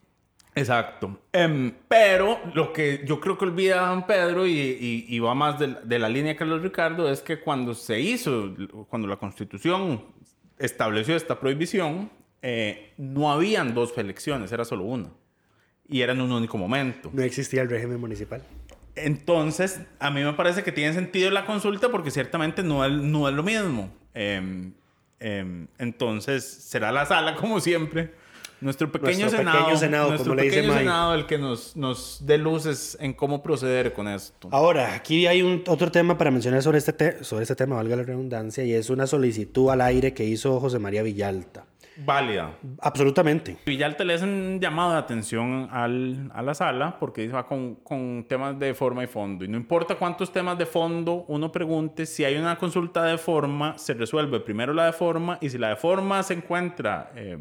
Exacto. Em, pero lo que yo creo que olvida don Pedro y, y, y va más de, de la línea de Carlos Ricardo es que cuando se hizo, cuando la Constitución estableció esta prohibición, eh, no habían dos elecciones, era solo una. Y era en un único momento. No existía el régimen municipal. Entonces, a mí me parece que tiene sentido la consulta porque ciertamente no es, no es lo mismo. Em, em, entonces, será la sala, como siempre. Nuestro pequeño Nuestro senado, pequeño senado, nuestro como le dice pequeño Mike. senado, el que nos, nos dé luces en cómo proceder con esto. Ahora, aquí hay un, otro tema para mencionar sobre este, te- sobre este tema, valga la redundancia, y es una solicitud al aire que hizo José María Villalta. Válida. Absolutamente. Villalta le hace un llamado de atención al, a la sala porque va con, con temas de forma y fondo. Y no importa cuántos temas de fondo uno pregunte, si hay una consulta de forma, se resuelve primero la de forma, y si la de forma se encuentra eh,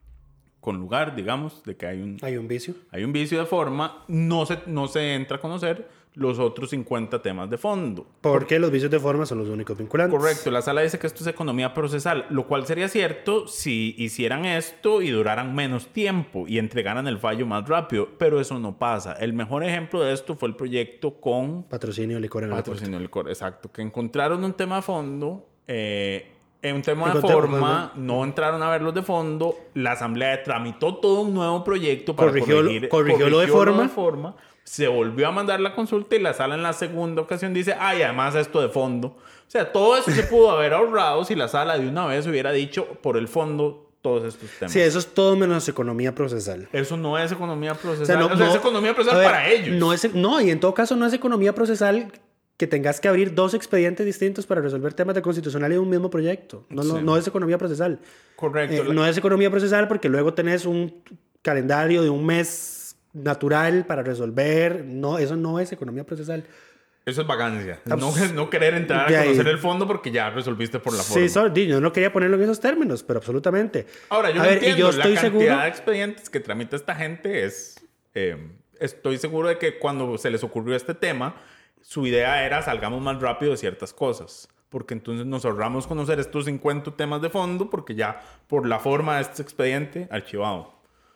con lugar, digamos, de que hay un, Hay un vicio. hay un vicio de forma, no se, no se entra a conocer los otros cincuenta temas de fondo. Porque los vicios de forma son los únicos vinculantes. Correcto, la sala dice que esto es economía procesal, lo cual sería cierto si hicieran esto y duraran menos tiempo y entregaran el fallo más rápido, pero eso no pasa. El mejor ejemplo de esto fue el proyecto con Patrocinio de licor en el aeropuerto. patrocinio del licor, exacto, que encontraron un tema de fondo, eh, en un tema de Encontré- forma, no entraron a verlos de fondo, la asamblea tramitó todo un nuevo proyecto para Corrigió lo- corregir, corrigió lo de forma. forma, se volvió a mandar la consulta y la sala en la segunda ocasión dice, ay, además esto de fondo. O sea, todo eso se pudo haber ahorrado si la sala de una vez hubiera dicho por el fondo todos estos temas. Sí, eso es todo menos economía procesal. Eso no es economía O procesal. sea, no, O sea, no- es economía a procesal ver, para ellos. No, es, no, y en todo caso no es economía procesal que tengas que abrir dos expedientes distintos para resolver temas de constitucionalidad de un mismo proyecto. No, no, Sí. no es economía procesal. Correcto. Eh, La- no es economía procesal porque luego tenés un calendario de un mes natural para resolver. No, eso no es economía procesal. Eso es vagancia. No, Abs- no querer entrar de a ahí. conocer el fondo porque ya resolviste por la forma. Sí, sorry, yo no quería ponerlo en esos términos, pero absolutamente. Ahora, yo A no ver, y entiendo. yo estoy la seguro. cantidad de expedientes que tramita esta gente es... eh, estoy seguro de que cuando se les ocurrió este tema, su idea era salgamos más rápido de ciertas cosas. Porque entonces nos ahorramos conocer estos cincuenta temas de fondo porque ya por la forma de este expediente, archivado.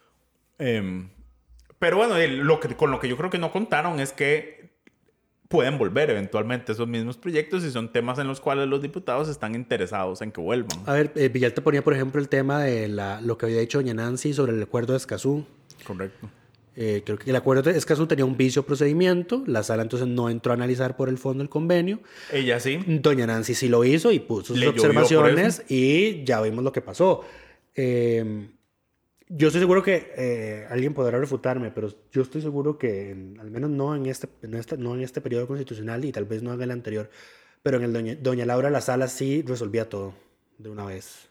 Eh, pero bueno, el- lo que, con lo que yo creo que no contaron es que pueden volver eventualmente esos mismos proyectos y son temas en los cuales los diputados están interesados en que vuelvan. A ver, eh, Villalta ponía, por ejemplo, el tema de la, lo que había dicho doña Nancy sobre el acuerdo de Escazú. Correcto. Eh, creo que el acuerdo de Escazú tenía un vicio procedimiento. La sala entonces no entró a analizar por el fondo el convenio. Ella sí. Doña Nancy sí lo hizo y puso sus Le llovió por observaciones eso. y ya vimos lo que pasó. Eh, yo estoy seguro que eh, alguien podrá refutarme, pero yo estoy seguro que, en, al menos no en, este, en este, no en este periodo constitucional y tal vez no en el anterior, pero en el doña, doña Laura La Sala sí resolvía todo de una vez.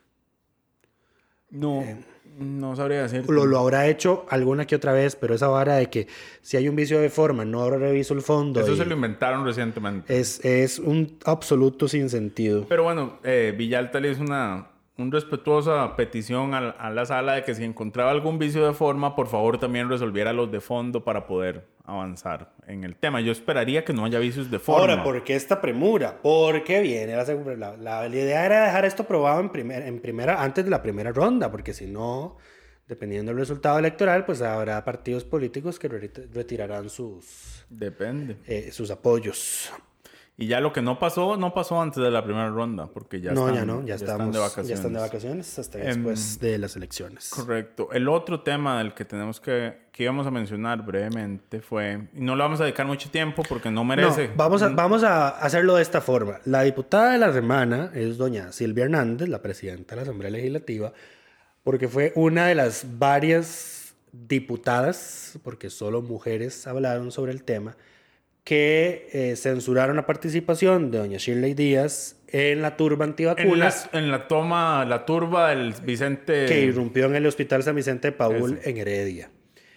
No, Eh, no sabría decir. Lo, lo habrá hecho alguna que otra vez, pero esa vara de que si hay un vicio de forma, no reviso el fondo. Eso y se lo inventaron recientemente. es, es un absoluto sinsentido. Pero bueno, eh, Villalta le hizo una, una respetuosa petición a, a la sala de que si encontraba algún vicio de forma, por favor también resolviera los de fondo para poder avanzar en el tema. Yo esperaría que no haya vicios de forma. Ahora, ¿por qué esta premura? Porque viene la, seg- la, la, la idea era dejar esto aprobado en, primer, en primera, antes de la primera ronda, porque si no, dependiendo del resultado electoral, pues habrá partidos políticos que re- retirarán sus, Depende. eh, sus apoyos. Y ya lo que no pasó, no pasó antes de la primera ronda, porque ya no, están, ya no, ya, están estamos, de vacaciones. ya están de vacaciones hasta Em, después de las elecciones. Correcto. El otro tema del que tenemos que, que íbamos a mencionar brevemente fue, y no le vamos a dedicar mucho tiempo porque no merece. No, vamos, a, vamos a hacerlo de esta forma. La diputada de la semana es doña Silvia Hernández, la presidenta de la Asamblea Legislativa, porque fue una de las varias diputadas, porque solo mujeres hablaron sobre el tema, que eh, censuraron la participación de doña Shirley Díaz en la turba En la, antivacunas en la toma, la turba del Vicente... que irrumpió en el Hospital San Vicente de Paúl Ese. en Heredia.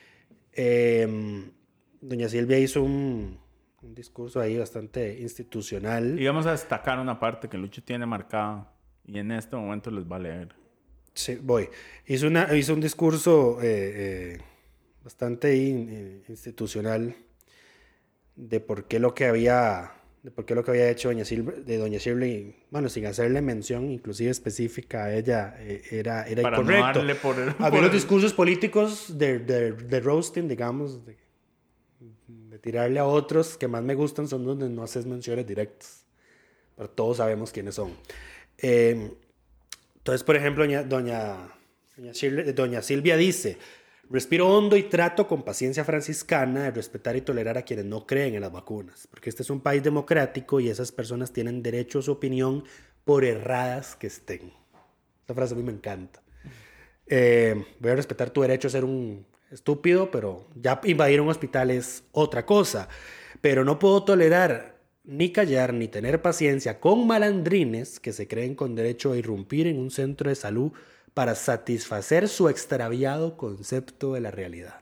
Eh, doña Silvia hizo un, un discurso ahí bastante institucional. Y vamos a destacar una parte que Lucho tiene marcada y en este momento les va a leer. Sí, voy. Hizo, una, hizo un discurso eh, eh, bastante in- eh, institucional de por qué lo que había, de por qué lo que había hecho doña Silvia, de doña Shirley, bueno, sin hacerle mención inclusive específica a ella, eh, era, era Para no incorrecto. darle por el- Había por los el- discursos políticos de, de, de roasting, digamos, de, de tirarle a otros que más me gustan son donde no haces menciones directas, pero todos sabemos quiénes son. Eh, entonces, por ejemplo, doña, doña, doña, Shirley- doña Silvia dice: respiro hondo y trato con paciencia franciscana de respetar y tolerar a quienes no creen en las vacunas, porque este es un país democrático y esas personas tienen derecho a su opinión por erradas que estén. Esta frase a mí me encanta. Eh, voy a respetar tu derecho a ser un estúpido, pero ya invadir un hospital es otra cosa. Pero no puedo tolerar ni callar ni tener paciencia con malandrines que se creen con derecho a irrumpir en un centro de salud para satisfacer su extraviado concepto de la realidad.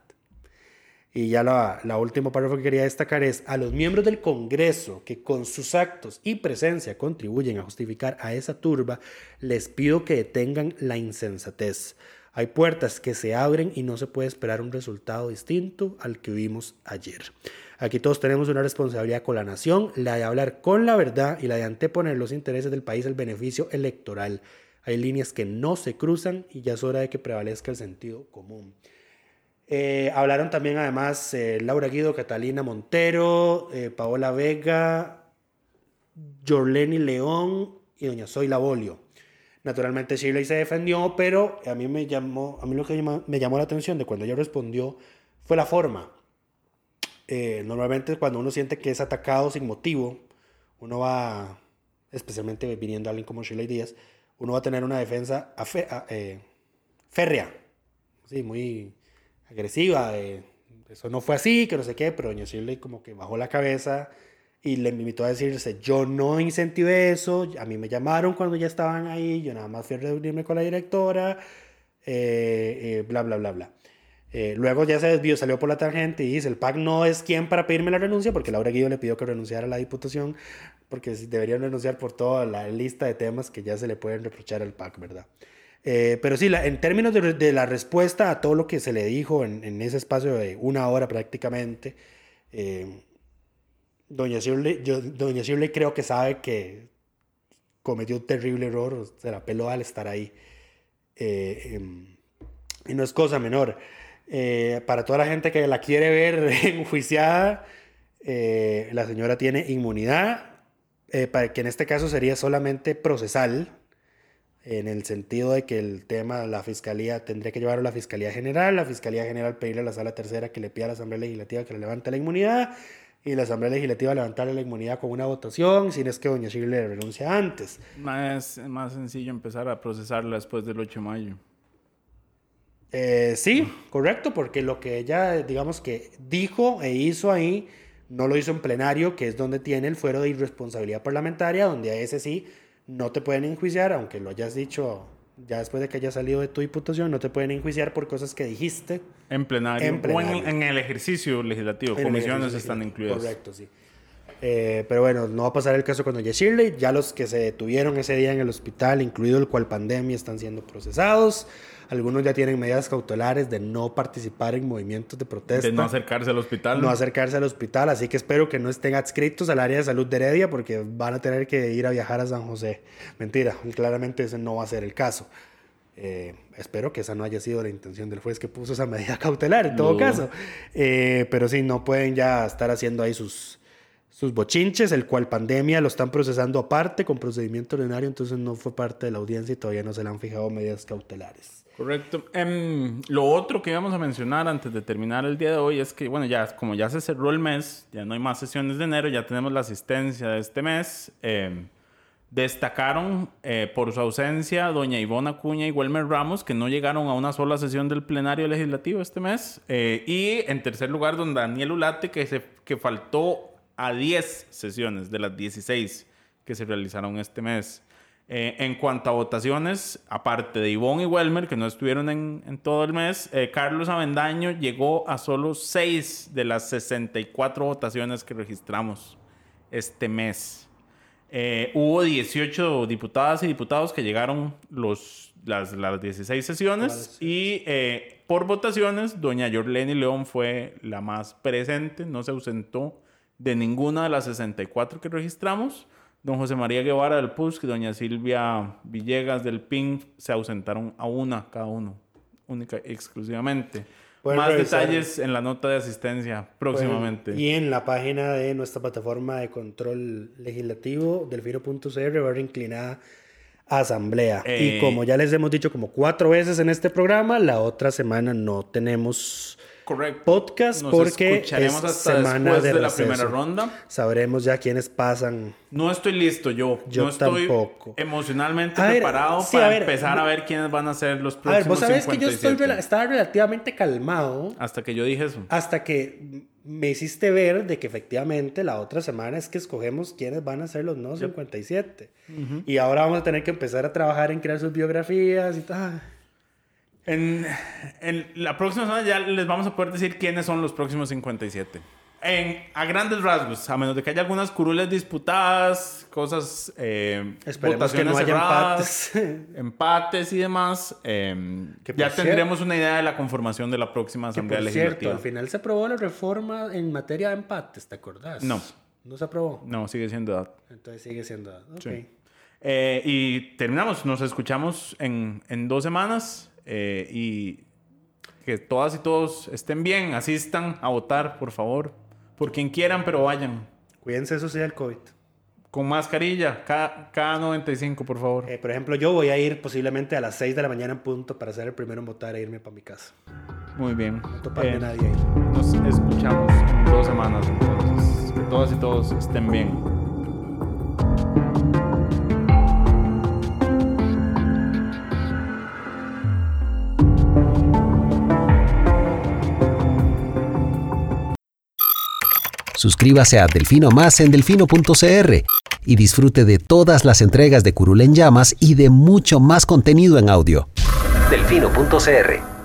Y ya la, la última párrafo que quería destacar es: a los miembros del Congreso que con sus actos y presencia contribuyen a justificar a esa turba, les pido que detengan la insensatez. Hay puertas que se abren y no se puede esperar un resultado distinto al que vimos ayer. Aquí todos tenemos una responsabilidad con la nación, la de hablar con la verdad y la de anteponer los intereses del país al beneficio electoral. Hay líneas que no se cruzan y ya es hora de que prevalezca el sentido común. Eh, hablaron también además eh, Laura Guido, Catalina Montero, eh, Paola Vega, Yorleni León y doña Zoila Bolio. Naturalmente Shirley se defendió, pero a mí me llamó, a mí lo que llama, me llamó la atención de cuando ella respondió fue la forma. Eh, normalmente cuando uno siente que es atacado sin motivo, uno va, especialmente viniendo a alguien como Shirley Díaz, uno va a tener una defensa afe, a, eh, férrea, sí, muy agresiva, de, eso no fue así, que no sé qué, pero doña Shirley como que bajó la cabeza y le invitó a decirse: yo no incentivé eso, a mí me llamaron cuando ya estaban ahí, yo nada más fui a reunirme con la directora, eh, eh, bla, bla, bla, bla. Eh, luego ya se desvió, salió por la tangente y dice: el P A C no es quien para pedirme la renuncia, porque Laura Guido le pidió que renunciara a la diputación, porque deberían renunciar por toda la lista de temas que ya se le pueden reprochar al P A C, ¿verdad? Eh, pero sí, la, en términos de, de la respuesta a todo lo que se le dijo en, en ese espacio de una hora prácticamente, eh, doña Shirley, yo, doña Shirley creo que sabe que cometió un terrible error, se la peló al estar ahí. Eh, eh, y no es cosa menor. Eh, para toda la gente que la quiere ver enjuiciada, eh, la señora tiene inmunidad, eh, para que en este caso sería solamente procesal, en el sentido de que el tema, la fiscalía tendría que llevarlo a la Fiscalía General, la Fiscalía General pedirle a la Sala Tercera que le pida a la Asamblea Legislativa que le levante la inmunidad, y la Asamblea Legislativa levantarle la inmunidad con una votación, si no es que doña Shirley renuncia antes. Es más sencillo empezar a procesarla después del ocho de mayo. Eh, sí, correcto, porque lo que ella, digamos que dijo e hizo ahí, no lo hizo en plenario, que es donde tiene el fuero de irresponsabilidad parlamentaria, donde a ese sí no te pueden enjuiciar, aunque lo hayas dicho ya después de que hayas salido de tu diputación, no te pueden enjuiciar por cosas que dijiste. En plenario. En plenario. O en, en el ejercicio legislativo. En Comisiones ejercicio están legislativo. incluidas. Correcto, sí. Eh, pero bueno, no va a pasar el caso con doña Shirley. Ya los que se detuvieron ese día en el hospital, incluido el cual pandemia, están siendo procesados. Algunos ya tienen medidas cautelares de no participar en movimientos de protesta. De no acercarse al hospital. No acercarse al hospital, así que espero que no estén adscritos al área de salud de Heredia porque van a tener que ir a viajar a San José. Mentira, claramente ese no va a ser el caso. Eh, espero que esa no haya sido la intención del juez que puso esa medida cautelar en todo no. caso. Eh, pero sí, no pueden ya estar haciendo ahí sus, sus bochinches, el cual pandemia lo están procesando aparte con procedimiento ordinario, entonces no fue parte de la audiencia y todavía no se le han fijado medidas cautelares. Correcto. Um, lo otro que íbamos a mencionar antes de terminar el día de hoy es que, bueno, ya como ya se cerró el mes, ya no hay más sesiones de enero, ya tenemos la asistencia de este mes. Eh, destacaron eh, por su ausencia doña Ivona Acuña y Wilmer Ramos, que no llegaron a una sola sesión del plenario legislativo este mes. Eh, y en tercer lugar, don Daniel Ulate, que, se, que faltó a diez sesiones de las dieciséis que se realizaron este mes. Eh, en cuanto a votaciones, aparte de Ivonne y Wilmer, que no estuvieron en, en todo el mes, eh, Carlos Avendaño llegó a solo seis de las sesenta y cuatro votaciones que registramos este mes. Eh, hubo dieciocho diputadas y diputados que llegaron los, las, las dieciséis sesiones y eh, por votaciones, doña Yorleni León fue la más presente, no se ausentó de ninguna de las sesenta y cuatro que registramos. Don José María Guevara del P U S C y doña Silvia Villegas del P I N se ausentaron a una cada uno, única y exclusivamente. Más revisar. Detalles en la nota de asistencia próximamente. Bueno, y en la página de nuestra plataforma de control legislativo, delfino punto c r, barra inclinada asamblea. Eh, y como ya les hemos dicho como cuatro veces en este programa, la otra semana no tenemos... Correcto. Podcast. Nos porque escucharemos es hasta semana después de, de la receso. primera ronda. Sabremos ya quiénes pasan. No estoy listo yo. Yo no estoy tampoco. emocionalmente a ver, preparado sí, para a ver, empezar no, a ver quiénes van a ser los próximos. A ver, vos sabés cincuenta y siete. que yo estoy rela- estaba relativamente calmado. Hasta que yo dije eso. Hasta que me hiciste ver de que efectivamente la otra semana es que escogemos quiénes van a ser los no cincuenta y siete. Uh-huh. Y ahora vamos a tener que empezar a trabajar en crear sus biografías y tal. En, en la próxima semana ya les vamos a poder decir quiénes son los próximos cincuenta y siete. En, a grandes rasgos, a menos de que haya algunas curules disputadas, cosas, eh, Esperemos que no haya cerradas, empates. empates y demás, eh, ya cierto, tendremos una idea de la conformación de la próxima Asamblea que por Legislativa. Cierto, al final se aprobó la reforma en materia de empates, ¿te acordás? No. ¿No se aprobó? No, sigue siendo edad. Entonces sigue siendo edad. Ok. Sí. Eh, y terminamos, nos escuchamos en, en dos semanas. Eh, y que todas y todos estén bien, asistan a votar, por favor, por quien quieran, pero vayan. Cuídense, eso sí, del COVID. Con mascarilla, K noventa y cinco, por favor. Eh, por ejemplo, yo voy a ir posiblemente a las seis de la mañana en punto para ser el primero en votar e irme para mi casa. Muy bien. No toparme eh, a nadie ahí. Nos escuchamos en dos semanas, entonces. Que todas y todos estén bien. Suscríbase a Delfino Más en delfino punto c r y disfrute de todas las entregas de Curul en Llamas y de mucho más contenido en audio. delfino punto c r